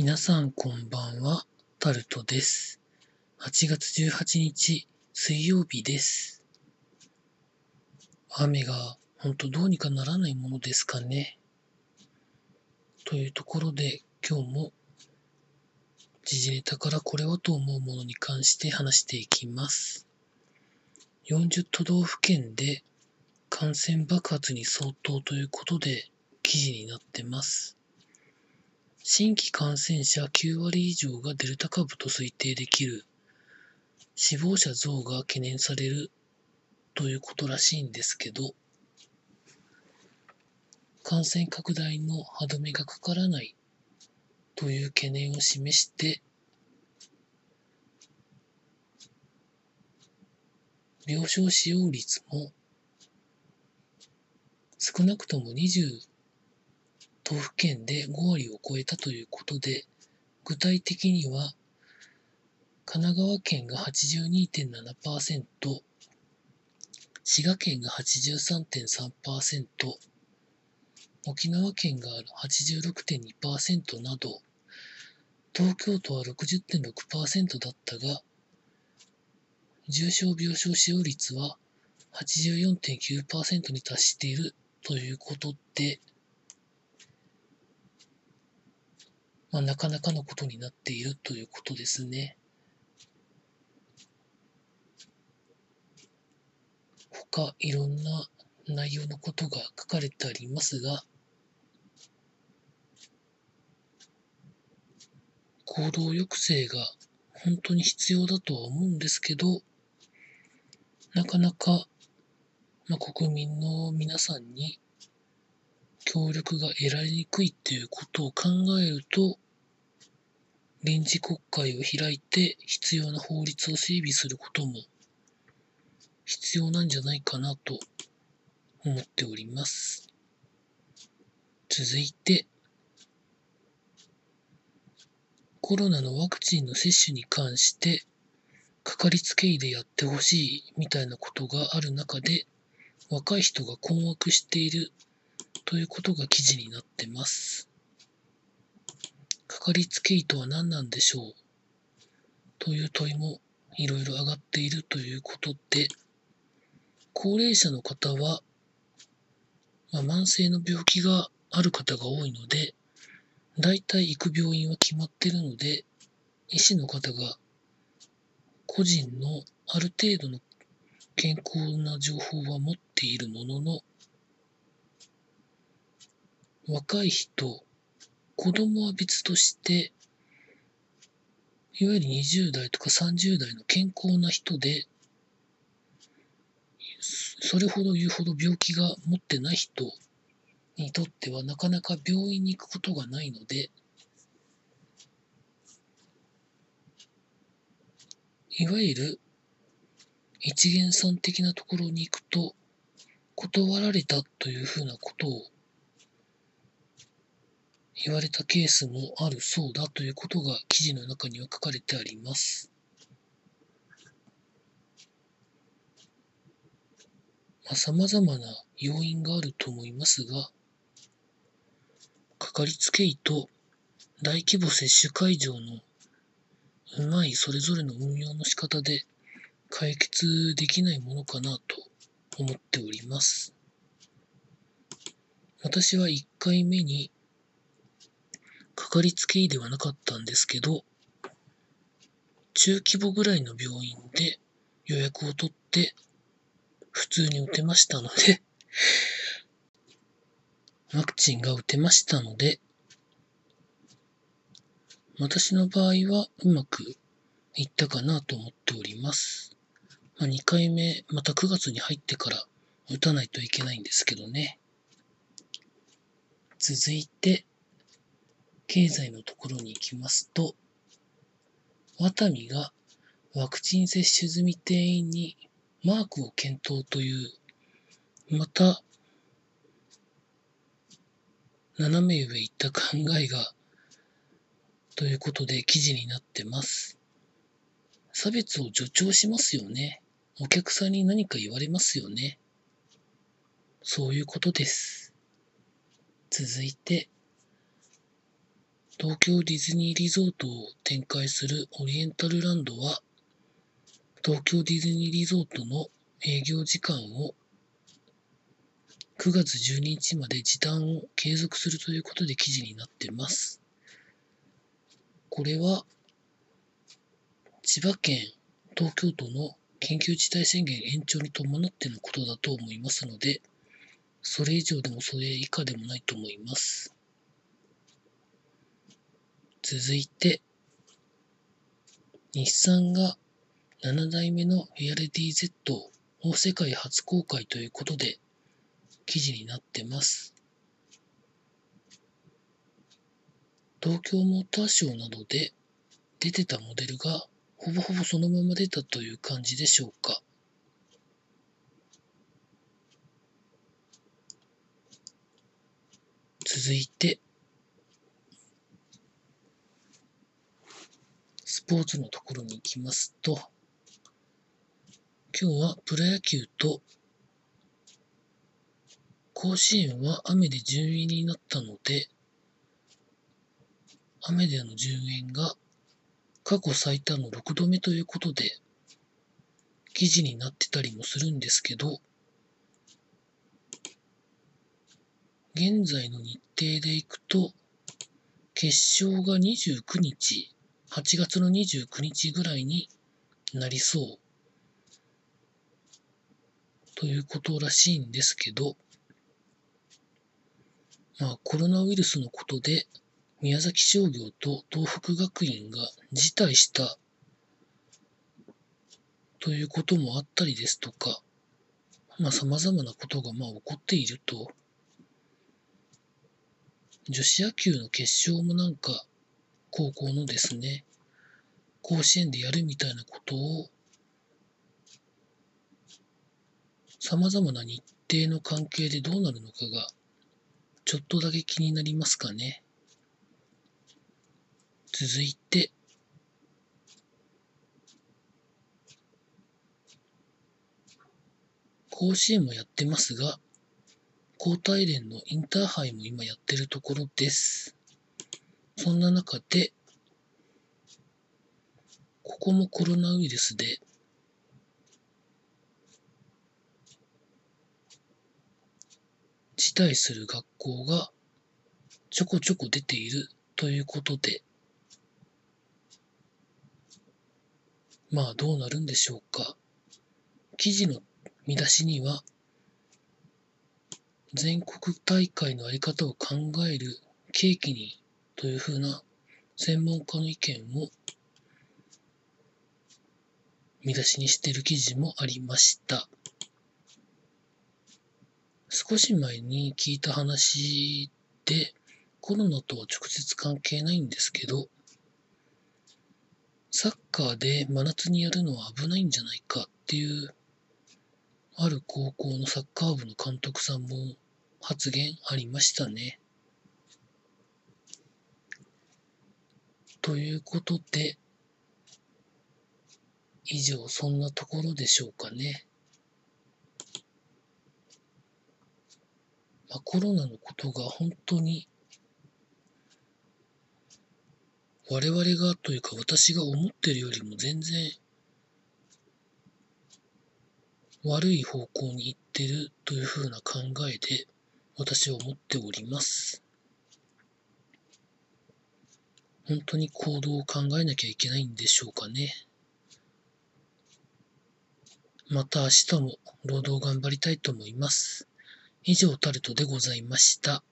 皆さんこんばんは、タルトです。8月18日、水曜日です。雨がほんとどうにかならないものですかね。というところで、今日も時事ネタからこれはと思うものに関して話していきます。40都道府県で感染爆発に相当ということで記事になってます。新規感染者9割以上がデルタ株と推定できる。死亡者増が懸念されるということらしいんですけど、感染拡大の歯止めがかからないという懸念を示して、病床使用率も少なくとも20都府県で5割を超えたということで、具体的には神奈川県が 82.7%、滋賀県が 83.3%、沖縄県が 86.2% など、東京都は 60.6% だったが、重症病床使用率は 84.9% に達しているということで、なかなかのことになっているということですね。他いろんな内容のことが書かれてありますが、行動抑制が本当に必要だとは思うんですけど、なかなか、国民の皆さんに協力が得られにくいっていうことを考えると、臨時国会を開いて必要な法律を整備することも必要なんじゃないかなと思っております。続いて、コロナのワクチンの接種に関してかかりつけ医でやってほしいみたいなことがある中で、若い人が困惑しているということが記事になってます。かかりつけ医とは何なんでしょうという問いもいろいろ上がっているということで、高齢者の方は、慢性の病気がある方が多いので、だいたい行く病院は決まっているので、医師の方が個人のある程度の健康な情報は持っているものの、若い人、子供は別として、いわゆる20代とか30代の健康な人で、それほど言うほど病気が持ってない人にとってはなかなか病院に行くことがないので、いわゆる一元さん的なところに行くと断られたというふうなことを言われたケースもあるそうだということが記事の中には書かれてあります。様々な要因があると思いますが、かかりつけ医と大規模接種会場のうまいそれぞれの運用の仕方で解決できないものかなと思っております。私は1回目にかかりつけ医ではなかったんですけど、中規模ぐらいの病院で予約を取って普通に打てましたので、ワクチンが打てましたので、私の場合はうまくいったかなと思っております。2回目、また9月に入ってから打たないといけないんですけどね。続いて、経済のところに行きますと、ワタミがワクチン接種済み店員にマークを検討という、また、斜め上行った考えが、ということで記事になってます。差別を助長しますよね。お客さんに何か言われますよね。そういうことです。続いて、 東京ディズニーリゾートを展開するオリエンタルランドは、東京ディズニーリゾートの営業時間を9月12日まで時短を継続するということで記事になっています。これは千葉県、東京都の緊急事態宣言延長に伴ってのことだと思いますので、それ以上でもそれ以下でもないと思います。続いて、日産が7代目のフェアレディ Z を世界初公開ということで記事になってます。東京モーターショーなどで出てたモデルがほぼほぼそのまま出たという感じでしょうか。続いて、スポーツのところに行きますと、今日はプロ野球と甲子園は雨で順延になったので、雨での順延が過去最多の6度目ということで、記事になってたりもするんですけど、現在の日程でいくと、決勝が29日、8月の29日ぐらいになりそうということらしいんですけど、コロナウイルスのことで宮崎商業と東北学院が辞退したということもあったりですとか、様々なことが起こっていると、女子野球の決勝も高校のですね、甲子園でやるみたいなことを、様々な日程の関係でどうなるのかが、ちょっとだけ気になりますかね。続いて、甲子園もやってますが、高体連のインターハイも今やってるところです。そんな中で、ここもコロナウイルスで、辞退する学校がちょこちょこ出ているということで、どうなるんでしょうか。記事の見出しには、全国大会のあり方を考える契機にというふうな専門家の意見を見出しにしている記事もありました。少し前に聞いた話で、コロナとは直接関係ないんですけど、サッカーで真夏にやるのは危ないんじゃないかっていう、ある高校のサッカー部の監督さんも発言ありましたね。ということで、以上そんなところでしょうかね。コロナのことが本当に我々がというか私が思っているよりも全然悪い方向に行ってるというふうな考えで私は思っております。本当に行動を考えなきゃいけないんでしょうかね。また明日も労働頑張りたいと思います。以上タルトでございました。